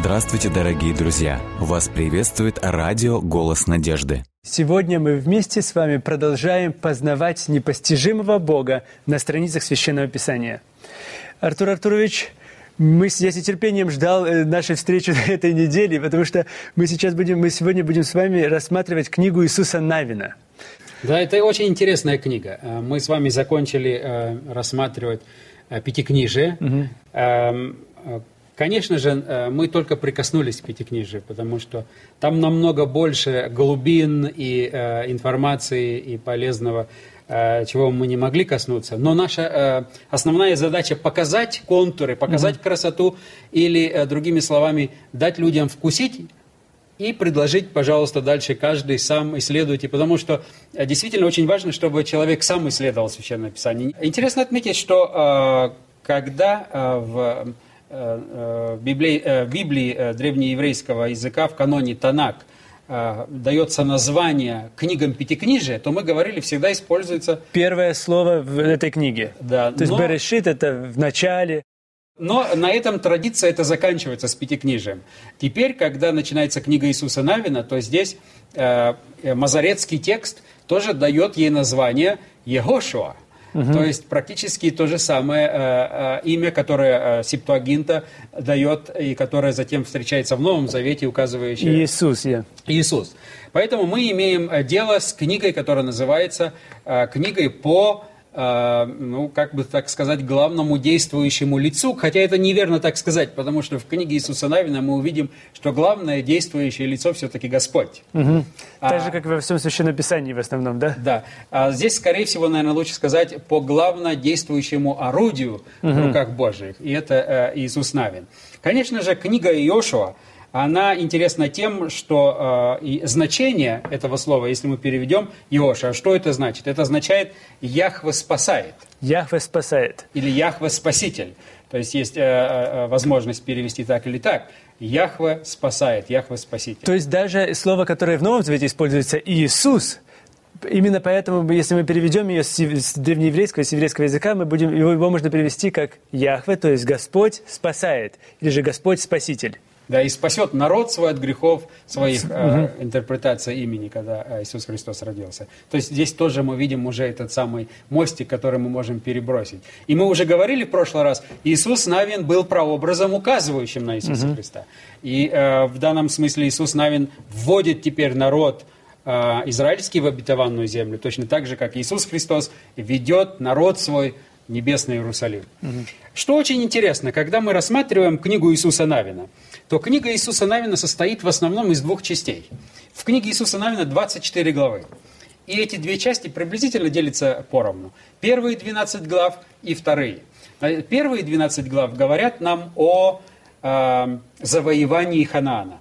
Здравствуйте, дорогие друзья! Вас приветствует радио «Голос надежды». Сегодня мы вместе с вами продолжаем познавать непостижимого Бога на страницах Священного Писания. Артур Артурович, я с нетерпением ждал нашей встречи на этой неделе, потому что мы сегодня будем с вами рассматривать книгу Иисуса Навина. Да, это очень интересная книга. Мы с вами закончили рассматривать Пятикнижие. Конечно же, мы только прикоснулись к Пятикнижию, потому что там намного больше глубин и информации, и полезного, чего мы не могли коснуться. Но наша основная задача показать контуры, показать красоту, или, другими словами, дать людям вкусить и предложить, пожалуйста, дальше каждый сам исследуйте, потому что действительно очень важно, чтобы человек сам исследовал Священное Писание. Интересно отметить, что когда в Библии древнееврейского языка в каноне Танак дается название книгам Пятикнижия, то мы говорили, всегда используется... Первое слово в этой книге. Да, то есть Берешит — это в начале. Но на этом традиция это заканчивается с Пятикнижием. Теперь, когда начинается книга Иисуса Навина, то здесь мазарецкий текст тоже дает ей название Егошуа. То есть практически то же самое имя, которое Септуагинта дает и которое затем встречается в Новом Завете, указывающее... Иисус. Поэтому мы имеем дело с книгой, которая называется книгой по... как бы так сказать, главному действующему лицу, хотя это неверно так сказать, потому что в книге Иисуса Навина мы увидим, что главное действующее лицо все-таки Господь. Так же, как и во всем Священном Писании в основном, да? Да. Здесь, скорее всего, наверное, лучше сказать по главно действующему орудию в руках Божьих, и это Иисус Навин. Конечно же, книга Иошуа, она интересна тем, что значение этого слова, если мы переведем Иошуа, что это значит? Это означает «Яхве спасает». Яхве спасает. Или «Яхве спаситель». То есть есть возможность перевести так или так. Яхве спасает, Яхве спаситель. То есть даже слово, которое в Новом Завете используется, Иисус, именно поэтому, если мы переведем ее с древнееврейского, с еврейского языка, его можно перевести как Яхве, то есть Господь спасает, или же Господь спаситель. Да, и спасет народ свой от грехов своих, интерпретация имени, когда Иисус Христос родился. То есть здесь тоже мы видим уже этот самый мостик, который мы можем перебросить. И мы уже говорили в прошлый раз, Иисус Навин был прообразом, указывающим на Иисуса Христа. И в данном смысле Иисус Навин вводит теперь народ израильский в обетованную землю, точно так же, как Иисус Христос ведет народ свой в небесный Иерусалим. Что очень интересно, когда мы рассматриваем книгу Иисуса Навина, то книга Иисуса Навина состоит в основном из двух частей. В книге Иисуса Навина 24 главы. И эти две части приблизительно делятся поровну. Первые 12 глав и вторые. Первые 12 глав говорят нам о завоевании Ханаана.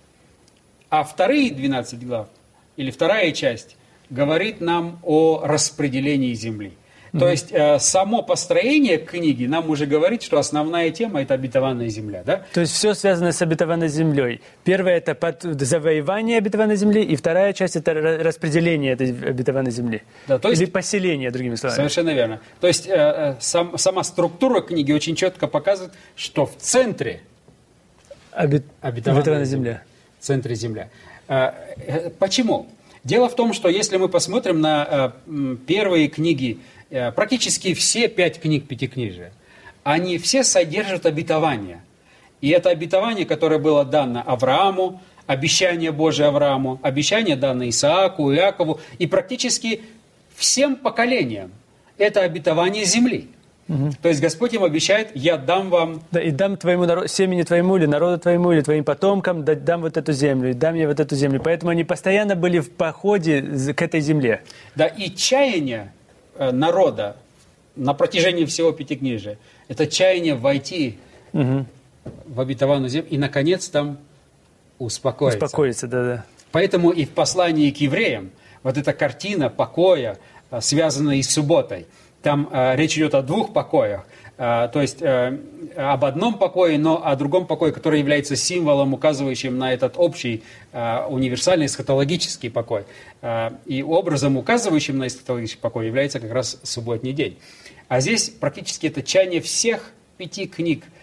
А вторые 12 глав, или вторая часть, говорит нам о распределении земли. То есть само построение книги нам уже говорит, что основная тема – это обетованная земля. Да? То есть все связано с обетованной землей. Первое – это завоевание обетованной земли, и вторая часть – это распределение этой обетованной земли. Да, то есть, или поселение, другими словами. Совершенно верно. То есть сама структура книги очень четко показывает, что в центре обетованная земля. В центре земля. Почему? Дело в том, что если мы посмотрим на первые книги, практически все 5 книг Пятикнижия, они все содержат обетование. И это обетование, которое было дано Аврааму, обещание Божие Аврааму, обещание дано Исааку, Иакову и практически всем поколениям. Это обетование земли. То есть Господь им обещает: я дам вам... Да, и дам твоему семени твоему, или народу твоему, или твоим потомкам, дам вот эту землю, и дам я вот эту землю. Поэтому они постоянно были в походе к этой земле. Да, и чаяние народа на протяжении всего Пятикнижия – это чаяние войти в обетованную землю и, наконец, там успокоиться. Успокоиться, да. Поэтому и в послании к евреям вот эта картина покоя, связанная и с субботой, там речь идет о двух покоях, то есть об одном покое, но о другом покое, который является символом, указывающим на этот общий, универсальный эсхатологический покой. И образом, указывающим на эсхатологический покой, является как раз субботний день. А здесь практически это чаяние всех 5 книг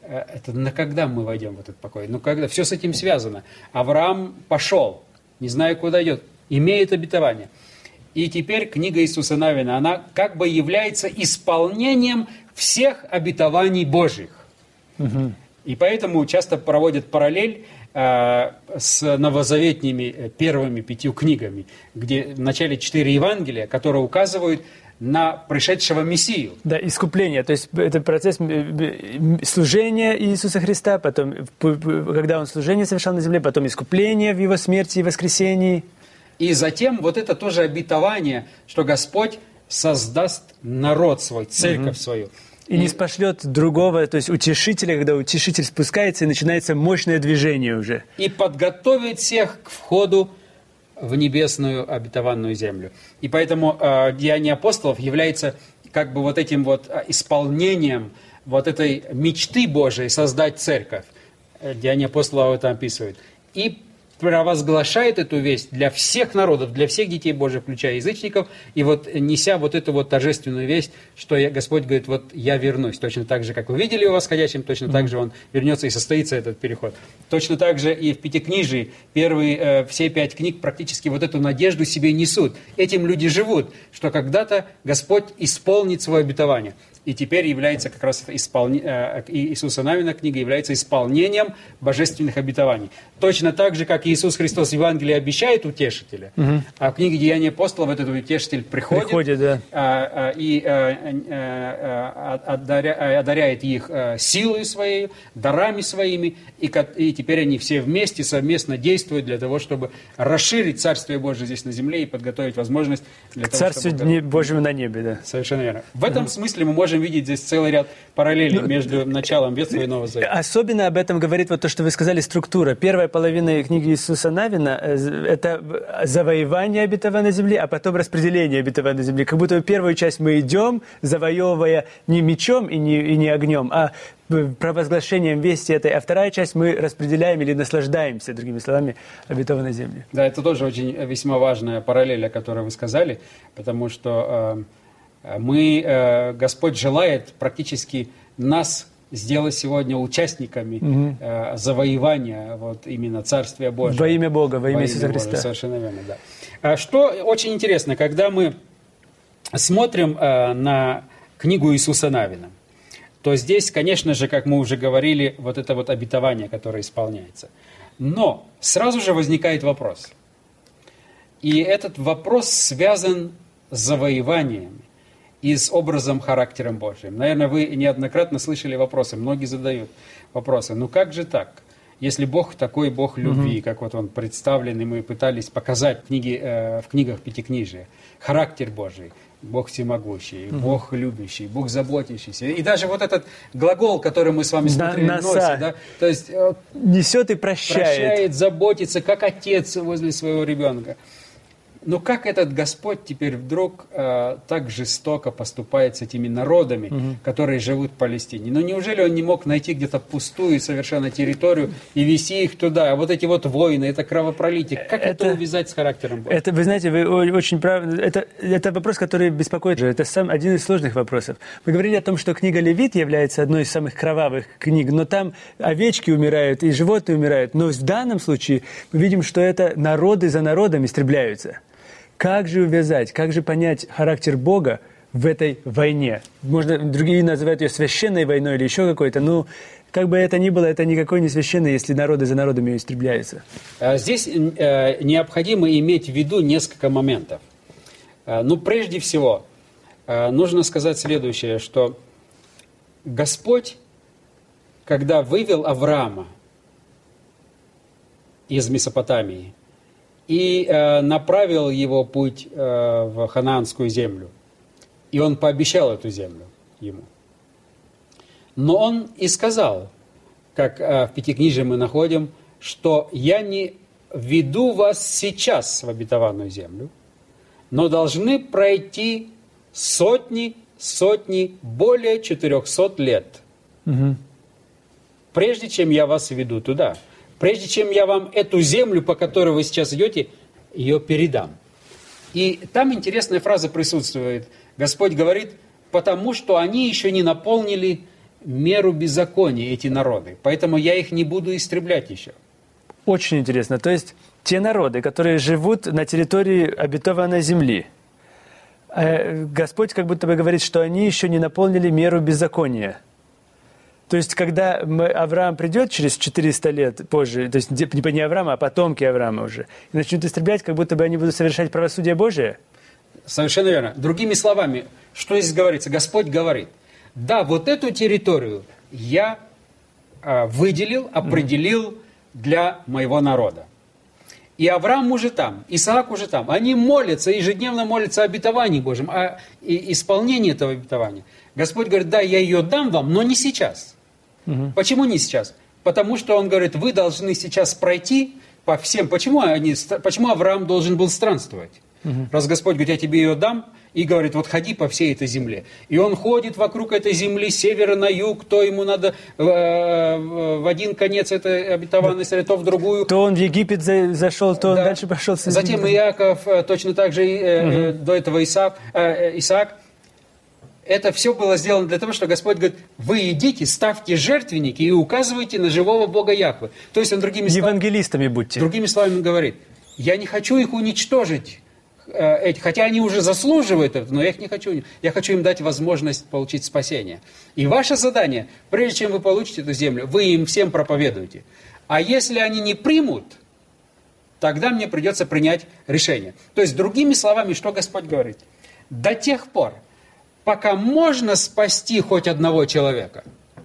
это на когда мы войдем в этот покой? Ну, когда? Все с этим связано. Авраам пошел, не зная, куда идет, имеет обетование. И теперь книга Иисуса Навина, она как бы является исполнением всех обетований Божьих. Угу. И поэтому часто проводят параллель с новозаветными первыми 5 книгами, где в начале 4 Евангелия, которые указывают на пришедшего Мессию. Да, искупление, то есть это процесс служения Иисуса Христа, потом, когда Он служение совершал на земле, потом искупление в Его смерти и воскресении. И затем вот это тоже обетование, что Господь создаст народ свой, церковь свою. И не спошлет другого, то есть утешителя, когда утешитель спускается, и начинается мощное движение уже. И подготовит всех к входу в небесную обетованную землю. И поэтому Деяния апостолов является как бы вот этим вот исполнением вот этой мечты Божией создать церковь. Деяния апостолов это описывает. И провозглашает эту весть для всех народов, для всех детей Божьих, включая язычников, и вот неся вот эту вот торжественную весть, что Господь говорит, вот я вернусь, точно так же, как вы видели его восходящим, точно так же он вернется и состоится этот переход. Точно так же и в Пятикнижии все 5 книг практически вот эту надежду себе несут. Этим люди живут, что когда-то Господь исполнит свое обетование. И теперь является как раз Иисуса Навина книга является исполнением божественных обетований. Точно так же, как Иисус Христос в Евангелии обещает утешителя, а в книге Деяния апостолов этот утешитель приходит и одаряет их силой своей, дарами своими, и теперь они все вместе совместно действуют для того, чтобы расширить Царствие Божие здесь на земле и подготовить возможность для того, чтобы... Царствие Божьему на небе, да. Совершенно верно. В этом смысле мы можем видеть здесь целый ряд параллелей между началом Ветхого и Нового Завета. Особенно об этом говорит вот то, что вы сказали, структура. Первая половина книги Иисуса Навина – это завоевание обетованной земли, а потом распределение обетованной земли. Как будто первую часть мы идем, завоевывая не мечом и не огнем, а провозглашением вести этой, а вторая часть мы распределяем или наслаждаемся, другими словами, обетованной землей. Да, это тоже очень весьма важная параллель, о которой вы сказали, потому что Господь желает практически нас сделать сегодня участниками завоевания вот именно Царствия Божьего. Во имя Бога, во имя Иисуса Христа. Совершенно верно, да. Что очень интересно, когда мы смотрим на книгу Иисуса Навина, то здесь, конечно же, как мы уже говорили, вот это вот обетование, которое исполняется. Но сразу же возникает вопрос. И этот вопрос связан с завоеванием и с образом, характером Божьим. Наверное, вы неоднократно слышали вопросы, многие задают вопросы. Ну как же так? Если Бог такой Бог любви, как вот Он представлен, и мы пытались показать в книгах Пятикнижия, характер Божий, Бог всемогущий, Бог любящий, Бог заботящийся. И даже вот этот глагол, который мы с вами смотрели, носит, да? То есть несет и прощает. Прощает, заботится, как отец возле своего ребенка. Но как этот Господь теперь вдруг так жестоко поступает с этими народами, которые живут в Палестине? Ну неужели Он не мог найти где-то пустую совершенно территорию и вести их туда? А вот эти вот войны, это кровопролитие, как это увязать с характером Бога? Это, вы знаете, вы очень правы. Это вопрос, который беспокоит. Это один из сложных вопросов. Вы говорили о том, что книга Левит является одной из самых кровавых книг, но там овечки умирают и животные умирают. Но в данном случае мы видим, что это народы за народом истребляются. Как же увязать, как же понять характер Бога в этой войне? Можно, другие называют ее священной войной или еще какой-то. Ну, как бы это ни было, это никакой не священный, если народы за народами истребляются. Здесь необходимо иметь в виду несколько моментов. Ну, прежде всего, нужно сказать следующее, что Господь, когда вывел Авраама из Месопотамии, и направил его путь в ханаанскую землю. И он пообещал эту землю ему. Но он и сказал, как в Пятикнижии мы находим, что «я не веду вас сейчас в обетованную землю, но должны пройти сотни, более 400 лет, прежде чем я вас веду туда». Прежде чем я вам эту землю, по которой вы сейчас идете, ее передам. И там интересная фраза присутствует. Господь говорит, потому что они еще не наполнили меру беззакония, эти народы. Поэтому я их не буду истреблять еще. Очень интересно. То есть те народы, которые живут на территории обетованной земли, Господь как будто бы говорит, что они еще не наполнили меру беззакония. То есть, когда Авраам придет через 400 лет позже, то есть не Авраам, а потомки Авраама уже, и начнут истреблять, как будто бы они будут совершать правосудие Божие? Совершенно верно. Другими словами, что здесь говорится? Господь говорит, да, вот эту территорию я выделил, определил для моего народа. И Авраам уже там, Исаак уже там. Они молятся, ежедневно молятся о обетовании Божьем, о исполнении этого обетования. Господь говорит, да, я ее дам вам, но не сейчас. Почему не сейчас? Потому что Он говорит, вы должны сейчас пройти по всем. Почему Авраам должен был странствовать? Раз Господь говорит, я тебе ее дам, и говорит, вот ходи по всей этой земле. И он ходит вокруг этой земли, с севера на юг, то ему надо в один конец этой обетованной страны, то в другую. То он в Египет зашел, то он дальше пошел. Затем Иаков, точно так же до этого Исаак. Это все было сделано для того, что Господь говорит, вы идите, ставьте жертвенники и указывайте на живого Бога Яхве. То есть он евангелистами будьте. Другими словами говорит, я не хочу их уничтожить, хотя они уже заслуживают это, но я их не хочу. Я хочу им дать возможность получить спасение. И ваше задание, прежде чем вы получите эту землю, вы им всем проповедуете. А если они не примут, тогда мне придется принять решение. То есть, другими словами, что Господь говорит? До тех пор, пока можно спасти хоть одного человека,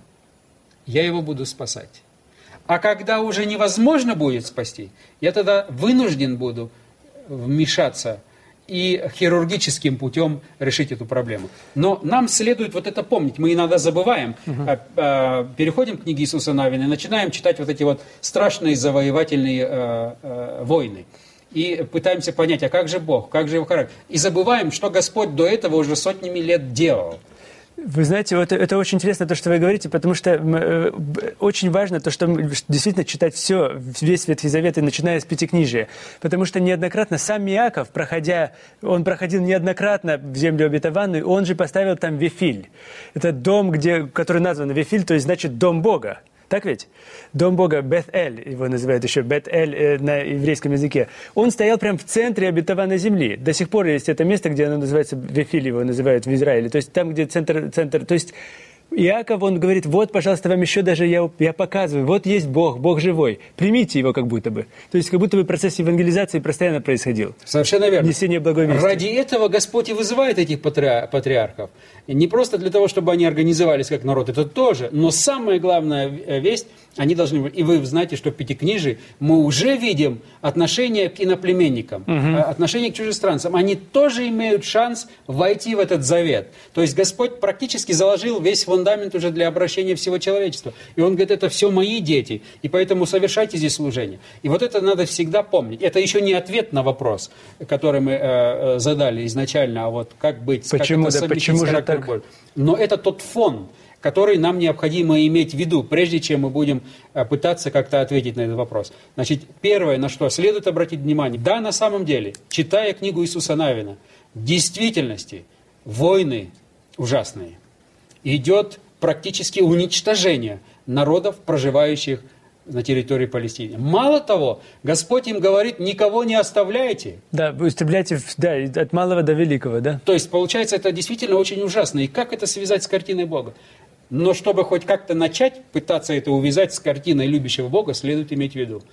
я его буду спасать. А когда уже невозможно будет спасти, я тогда вынужден буду вмешаться и хирургическим путем решить эту проблему. Но нам следует вот это помнить. Мы иногда забываем, переходим к книге Иисуса Навина и начинаем читать вот эти вот страшные завоевательные войны. И пытаемся понять, а как же Бог, как же Его характер. И забываем, что Господь до этого уже сотнями лет делал. Вы знаете, вот это очень интересно, то, что вы говорите, потому что очень важно то, что действительно читать весь Ветхий Завет, и начиная с Пятикнижия. Потому что неоднократно сам Иаков, он проходил неоднократно в землю обетованную, он же поставил там Вифиль. Это дом, который назван Вифиль, то есть значит дом Бога. Так ведь? Дом Бога, Бет-Эль, его называют еще, Бет-Эль на еврейском языке. Он стоял прямо в центре обетованной земли. До сих пор есть это место, где оно называется, Вифиль его называют в Израиле. То есть там, где центр. То есть Иаков, он говорит, вот, пожалуйста, вам еще даже я показываю, вот есть Бог, Бог живой. Примите его как будто бы. То есть как будто бы процесс евангелизации постоянно происходил. Совершенно верно. Несение благой вести. Ради этого Господь и вызывает этих патриархов. Не просто для того, чтобы они организовались как народ, это тоже. Но самая главная весть, они должны быть. И вы знаете, что в Пятикнижии мы уже видим отношение к иноплеменникам, отношение к чужестранцам. Они тоже имеют шанс войти в этот завет. То есть Господь практически заложил весь фундамент уже для обращения всего человечества. И Он говорит, это все мои дети, и поэтому совершайте здесь служение. И вот это надо всегда помнить. Это еще не ответ на вопрос, который мы задали изначально, а вот как быть, почему, как это совместить с характером Божьим. Но это тот фон, который нам необходимо иметь в виду, прежде чем мы будем пытаться как-то ответить на этот вопрос. Значит, первое, на что следует обратить внимание, да, на самом деле, читая книгу Иисуса Навина, в действительности войны ужасные. Идет практически уничтожение народов, проживающих на территории Палестины. Мало того, Господь им говорит, никого не оставляйте. Да, вы истребляйте от малого до великого, да? То есть, получается, это действительно очень ужасно. И как это связать с картиной Бога? Но чтобы хоть как-то начать пытаться это увязать с картиной любящего Бога, следует иметь в виду.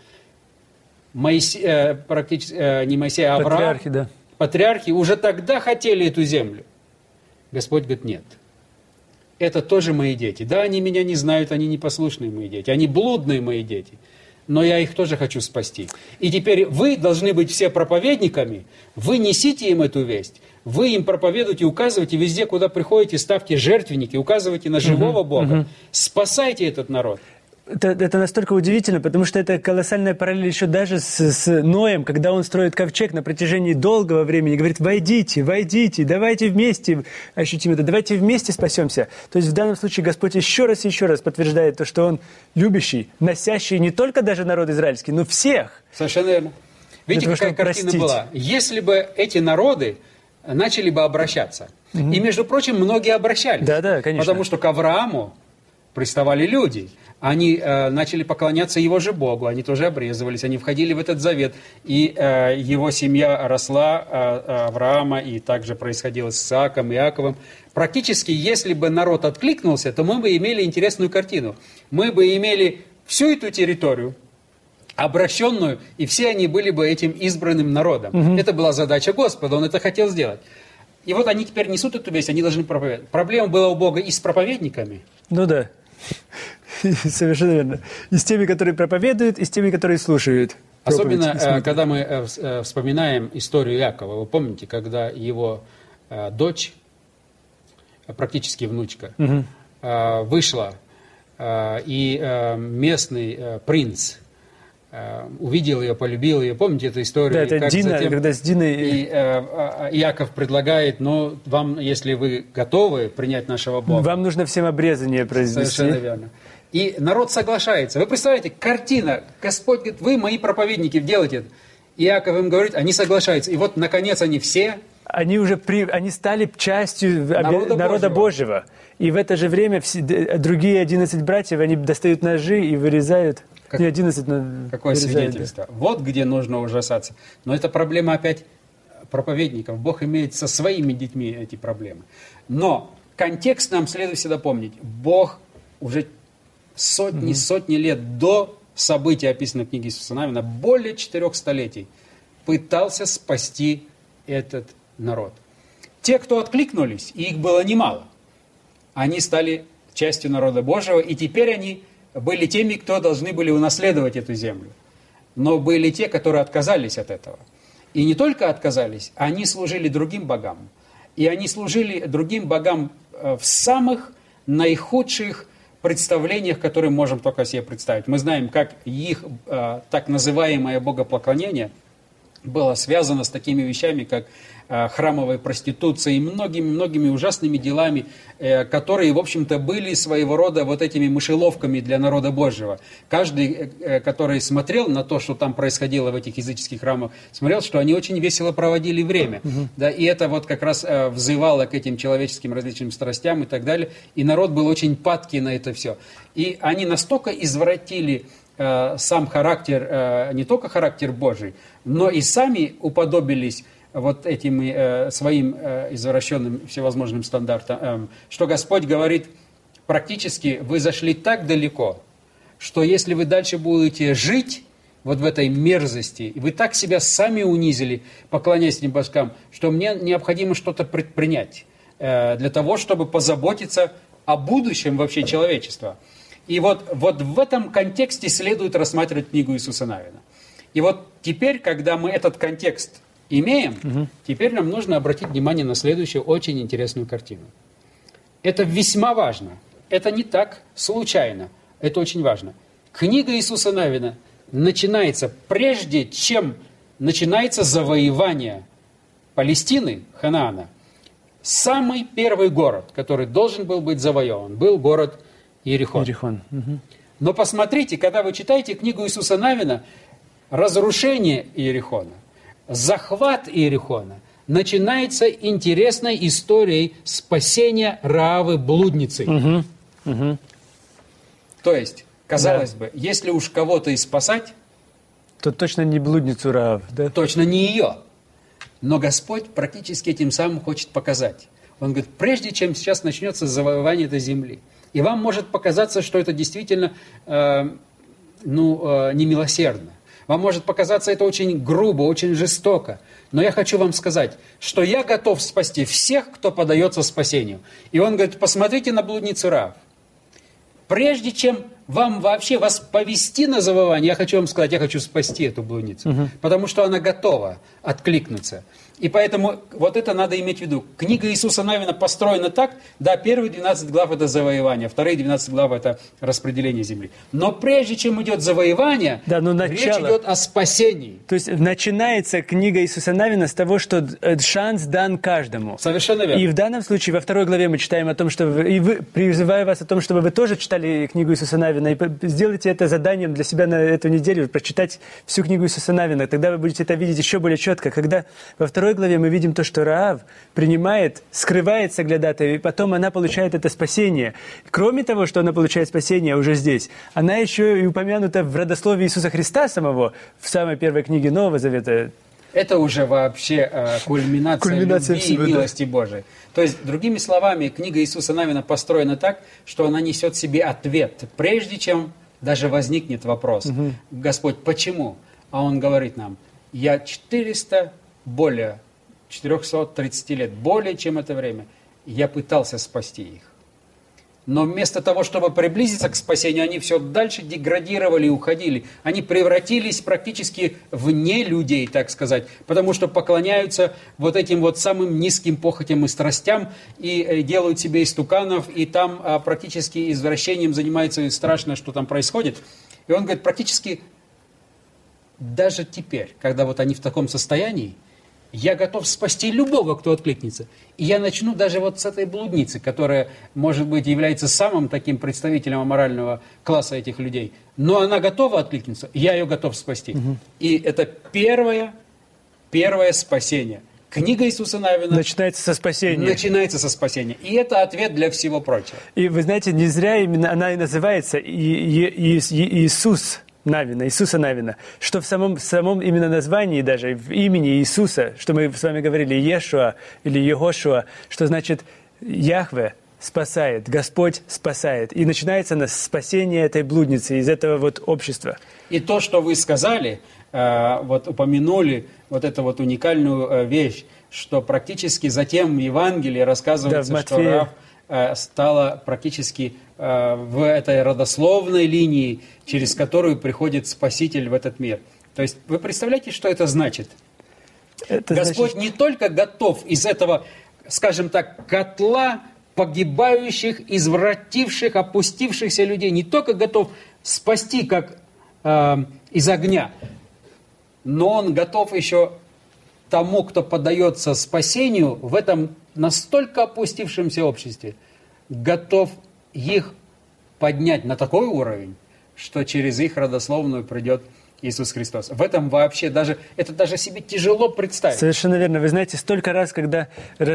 Не Моисей, а Авраам, патриархи уже тогда хотели эту землю. Господь говорит, нет. Это тоже мои дети. Да, они меня не знают, они непослушные мои дети, они блудные мои дети, но я их тоже хочу спасти. И теперь вы должны быть все проповедниками, вы несите им эту весть, вы им проповедуйте, указывайте везде, куда приходите, ставьте жертвенники, указывайте на живого Бога, спасайте этот народ. Это настолько удивительно, потому что это колоссальная параллель еще даже с Ноем, когда он строит ковчег на протяжении долгого времени, говорит, войдите, давайте вместе ощутим это, давайте вместе спасемся. То есть в данном случае Господь еще раз подтверждает то, что Он любящий, носящий не только даже народ израильский, но всех. Совершенно верно. Видите, какая картина была? Если бы эти народы начали бы обращаться, и, между прочим, многие обращались, да, конечно. Потому что к Аврааму приставали люди. Они начали поклоняться его же Богу, они тоже обрезывались, они входили в этот завет. И его семья росла, Авраама, и также происходило с Исааком, Иаковом. Практически, если бы народ откликнулся, то мы бы имели интересную картину. Мы бы имели всю эту территорию, обращенную, и все они были бы этим избранным народом. Это была задача Господа, Он это хотел сделать. И вот они теперь несут эту весть, они должны проповедовать. Проблема была у Бога и с проповедниками. Ну да. Совершенно верно. И с теми, которые проповедуют, и с теми, которые слушают. Особенно, когда мы вспоминаем историю Иакова. Вы помните, когда его дочь, практически внучка, вышла, и местный принц увидел ее, полюбил ее. Помните эту историю? Да, это как Дина, затем, когда с Диной... И Иаков предлагает, ну, вам, если вы готовы принять нашего Бога... Вам нужно всем обрезание произвести. Совершенно верно. И народ соглашается. Вы представляете, картина. Господь говорит, вы, мои проповедники, делайте это. Иаков им говорит, они соглашаются. И вот, наконец, они все... Они стали частью народа Божьего. И в это же время другие 11 братьев, они достают ножи и вырезают... Не 11, но какое свидетельство. Да. Вот где нужно ужасаться. Но это проблема опять проповедников. Бог имеет со своими детьми эти проблемы. Но контекст нам следует всегда помнить. Бог уже сотни лет до событий, описанных в книге Иисуса Навина, более 4 столетий, пытался спасти этот народ. Те, кто откликнулись, и их было немало, они стали частью народа Божьего, и теперь они были теми, кто должны были унаследовать эту землю. Но были те, которые отказались от этого. И не только отказались, они служили другим богам. И они служили другим богам в самых наихудших представлениях, которые можем только себе представить. Мы знаем, как их так называемое богопоклонение было связано с такими вещами, как храмовой проституцией и многими ужасными делами, которые, в общем-то, были своего рода вот этими мышеловками для народа Божьего. Каждый, который смотрел на то, что там происходило в этих языческих храмах, смотрел, что они очень весело проводили время. Да, и это вот как раз взывало к этим человеческим различным страстям и так далее. И народ был очень падкий на это все. И они настолько извратили сам характер, не только характер Божий, но и сами уподобились вот этим своим извращенным всевозможным стандартам, что Господь говорит, практически вы зашли так далеко, что если вы дальше будете жить вот в этой мерзости, вы так себя сами унизили, поклоняясь этим божкам, что мне необходимо что-то предпринять для того, чтобы позаботиться о будущем вообще человечества. И вот в этом контексте следует рассматривать книгу Иисуса Навина. И вот теперь, когда мы этот контекст имеем, теперь нам нужно обратить внимание на следующую очень интересную картину. Это весьма важно. Это не так случайно. Это очень важно. Книга Иисуса Навина начинается, прежде чем начинается завоевание Палестины, Ханаана, самый первый город, который должен был быть завоеван, был город Иерихон. Но посмотрите, когда вы читаете книгу Иисуса Навина, разрушение Иерихона, захват Иерихона начинается интересной историей спасения Раавы блудницы. То есть, казалось бы, если уж кого-то и спасать, то точно не блудницу Раав, да? Точно не ее. Но Господь практически этим самым хочет показать. Он говорит, прежде чем сейчас начнется завоевание этой земли, и вам может показаться, что это действительно немилосердно. Вам может показаться это очень грубо, очень жестоко. Но я хочу вам сказать, что я готов спасти всех, кто подается спасению. И он говорит, посмотрите на блудницу Раав. Прежде чем вам вообще вас повести на завоевание, я хочу вам сказать, я хочу спасти эту блудницу. Потому что она готова откликнуться. И поэтому вот это надо иметь в виду. Книга Иисуса Навина построена так, да, первые 12 глав это завоевание, вторые 12 глав это распределение земли. Но прежде чем идет завоевание, да, речь идет о спасении. То есть начинается книга Иисуса Навина с того, что шанс дан каждому. Совершенно верно. И в данном случае, во 2 главе мы читаем о том, что призываю вас о том, чтобы вы тоже читали книгу Иисуса Навина, и сделайте это заданием для себя на эту неделю, прочитать всю книгу Иисуса Навина. Тогда вы будете это видеть еще более четко. Когда во 2 2 главе мы видим то, что Раав принимает, скрывает соглядатая, и потом она получает это спасение. Кроме того, что она получает спасение уже здесь, она еще и упомянута в родословии Иисуса Христа самого, в самой первой книге Нового Завета. Это уже вообще кульминация любви всего, и милости Божией. То есть, другими словами, книга Иисуса Навина построена так, что она несет в себе ответ, прежде чем даже возникнет вопрос: Господь, почему? А Он говорит нам: я 430 лет, более чем это время, я пытался спасти их. Но вместо того, чтобы приблизиться к спасению, они все дальше деградировали и уходили. Они превратились практически в не людей, так сказать, потому что поклоняются вот этим вот самым низким похотям и страстям и делают себе истуканов, и там практически извращением занимаются, и страшно, что там происходит. И он говорит, практически даже теперь, когда вот они в таком состоянии, я готов спасти любого, кто откликнется. И я начну даже вот с этой блудницы, которая, может быть, является самым таким представителем аморального класса этих людей. Но она готова откликнуться, я ее готов спасти. И это первое спасение. Книга Иисуса Навина начинается со спасения. Начинается со спасения. И это ответ для всего прочего. И вы знаете, не зря именно она и называется Иисус Навина, Иисуса Навина, что в самом именно названии даже, в имени Иисуса, что мы с вами говорили, Иешуа или Егошуа, что значит Яхве спасает, Господь спасает. И начинается спасение этой блудницы из этого вот общества. И то, что вы сказали, вот упомянули вот эту вот уникальную вещь, что практически затем в Евангелии рассказывается, что Раав стала практически в этой родословной линии, через которую приходит Спаситель в этот мир. То есть вы представляете, что это значит? Господь не только готов из этого, скажем так, котла погибающих, извративших, опустившихся людей, не только готов спасти, как из огня, но Он готов еще тому, кто поддается спасению в этом настолько опустившемся обществе, готов их поднять на такой уровень, что через их родословную придет Иисус Христос. В этом вообще это даже себе тяжело представить. Совершенно верно. Вы знаете, столько раз, когда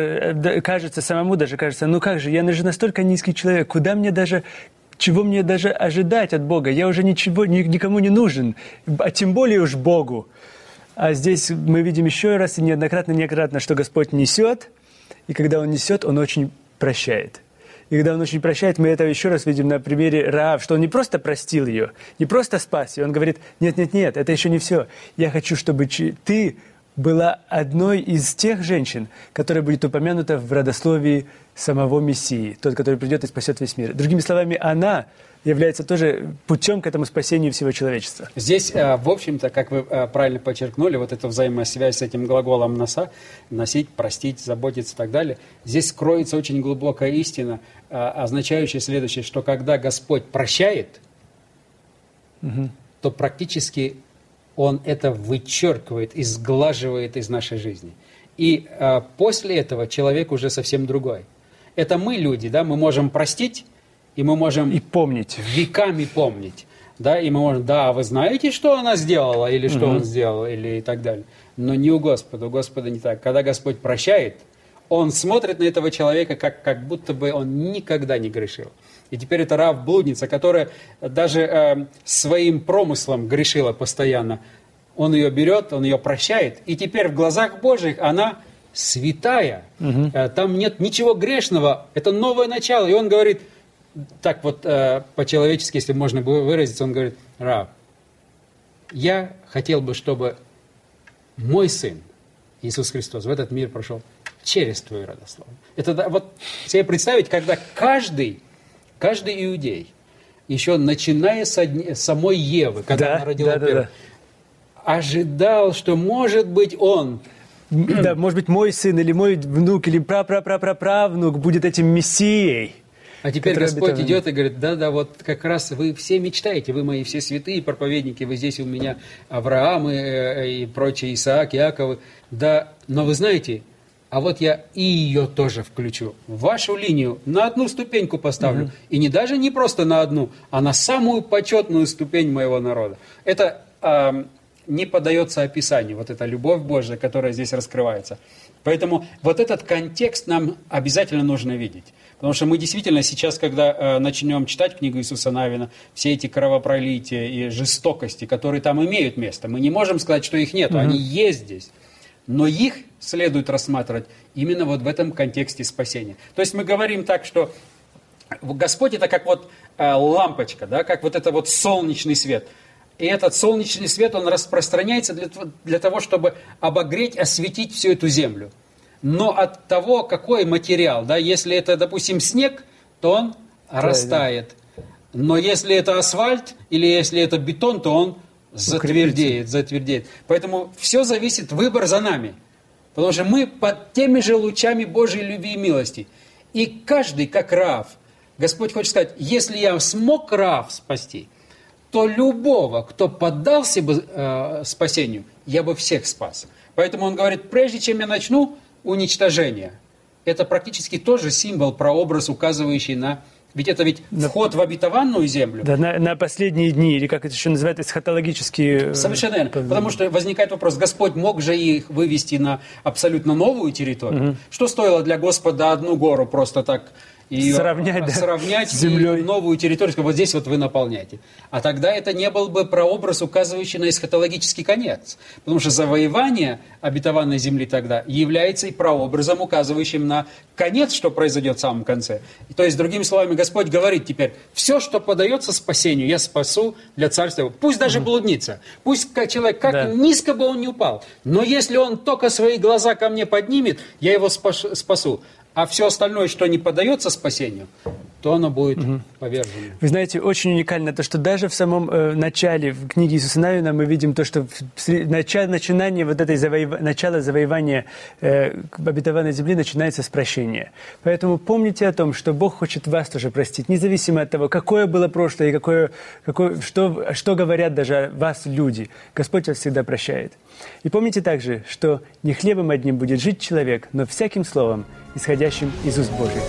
самому кажется, ну как же, я же настолько низкий человек, чего мне даже ожидать от Бога? Я уже никому не нужен, а тем более уж Богу. А здесь мы видим еще раз и неоднократно, что Господь несет, и когда Он несет, Он очень прощает. И когда Он очень прощает, мы это еще раз видим на примере Раав, что Он не просто простил ее, не просто спас ее, Он говорит, нет, это еще не все. Я хочу, чтобы ты была одной из тех женщин, которая будет упомянута в родословии самого Мессии, тот, который придет и спасет весь мир. Другими словами, она является тоже путем к этому спасению всего человечества. Здесь, в общем-то, как вы правильно подчеркнули, вот эту взаимосвязь с этим глаголом носить, простить, заботиться и так далее, здесь кроется очень глубокая истина, означающая следующее, что когда Господь прощает, то практически Он это вычеркивает и сглаживает из нашей жизни. И после этого человек уже совсем другой. Это мы, люди, да, мы можем простить, и мы можем и помнить. Веками помнить. Да, и мы можем, да, вы знаете, что она сделала, или что он сделал, или и так далее. Но не у Господа. У Господа не так. Когда Господь прощает, Он смотрит на этого человека, как будто бы он никогда не грешил. И теперь это Раав блудница, которая даже своим промыслом грешила постоянно. Он ее берет, Он ее прощает. И теперь в глазах Божьих она святая. Там нет ничего грешного. Это новое начало. И Он говорит, так вот по-человечески, если можно было выразиться, Он говорит, Раав, я хотел бы, чтобы мой сын, Иисус Христос, в этот мир прошел через твою родословную. Это вот себе представить, когда каждый иудей, еще начиная с самой Евы, когда она родила первого, ожидал, что, может быть, он... Да, может быть, мой сын или мой внук или правнук будет этим Мессией. А теперь Господь идет и говорит, да, вот как раз вы все мечтаете, вы мои все святые проповедники, вы здесь у меня Авраам и прочие, Исаак, Иаков, да, но вы знаете, а вот я и ее тоже включу, в вашу линию на одну ступеньку поставлю, и даже не просто на одну, а на самую почетную ступень моего народа. Это не поддается описанию. Вот эта любовь Божья, которая здесь раскрывается. Поэтому вот этот контекст нам обязательно нужно видеть. Потому что мы действительно сейчас, когда начнем читать книгу Иисуса Навина, все эти кровопролития и жестокости, которые там имеют место, мы не можем сказать, что их нет, они есть здесь. Но их следует рассматривать именно вот в этом контексте спасения. То есть мы говорим так, что Господь это как вот лампочка, да, как вот это вот солнечный свет. И этот солнечный свет, он распространяется для того, чтобы обогреть, осветить всю эту землю. Но от того, какой материал, да, если это, допустим, снег, то он растает. Но если это асфальт или если это бетон, то он затвердеет. Поэтому все зависит, выбор за нами. Потому что мы под теми же лучами Божьей любви и милости. И каждый, как Раав, Господь хочет сказать, если я смог Раав спасти, то любого, кто поддался бы спасению, я бы всех спас. Поэтому он говорит, прежде чем я начну уничтожение, это практически тоже символ, прообраз, указывающий на... Ведь это вход в обетованную землю. Да, на последние дни, или как это еще называется, эсхатологические... Совершенно верно. Потому что возникает вопрос, Господь мог же их вывести на абсолютно новую территорию? Что стоило для Господа одну гору просто так... И сравнять с землей. И новую территорию, вот здесь вот вы наполняете. А тогда это не был бы прообраз, указывающий на эсхатологический конец. Потому что завоевание обетованной земли тогда является и прообразом, указывающим на конец, что произойдет в самом конце. То есть, другими словами, Господь говорит теперь, все, что подается спасению, я спасу для Царства Его. Пусть даже блудница, пусть человек, как низко бы он ни упал, но если он только свои глаза ко мне поднимет, я его спасу. А все остальное, что не поддается спасению, то оно будет повержено. Вы знаете, очень уникально то, что даже в самом начале, в книге Иисуса Навина, мы видим то, что начинание вот этой начала завоевания обетованной земли начинается с прощения. Поэтому помните о том, что Бог хочет вас тоже простить, независимо от того, какое было прошлое и что говорят даже о вас люди. Господь вас всегда прощает. И помните также, что не хлебом одним будет жить человек, но всяким словом, исходящим из уст Божьих.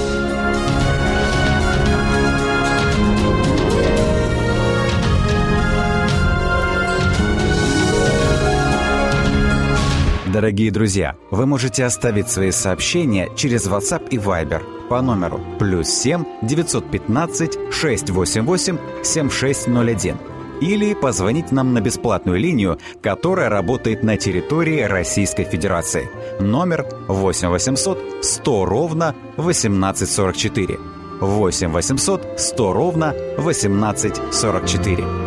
Дорогие друзья, вы можете оставить свои сообщения через WhatsApp и Viber по номеру +7 915 688 7601 или позвонить нам на бесплатную линию, которая работает на территории Российской Федерации. Номер 8 800 100 ровно 1844. 8 800 100 ровно 1844.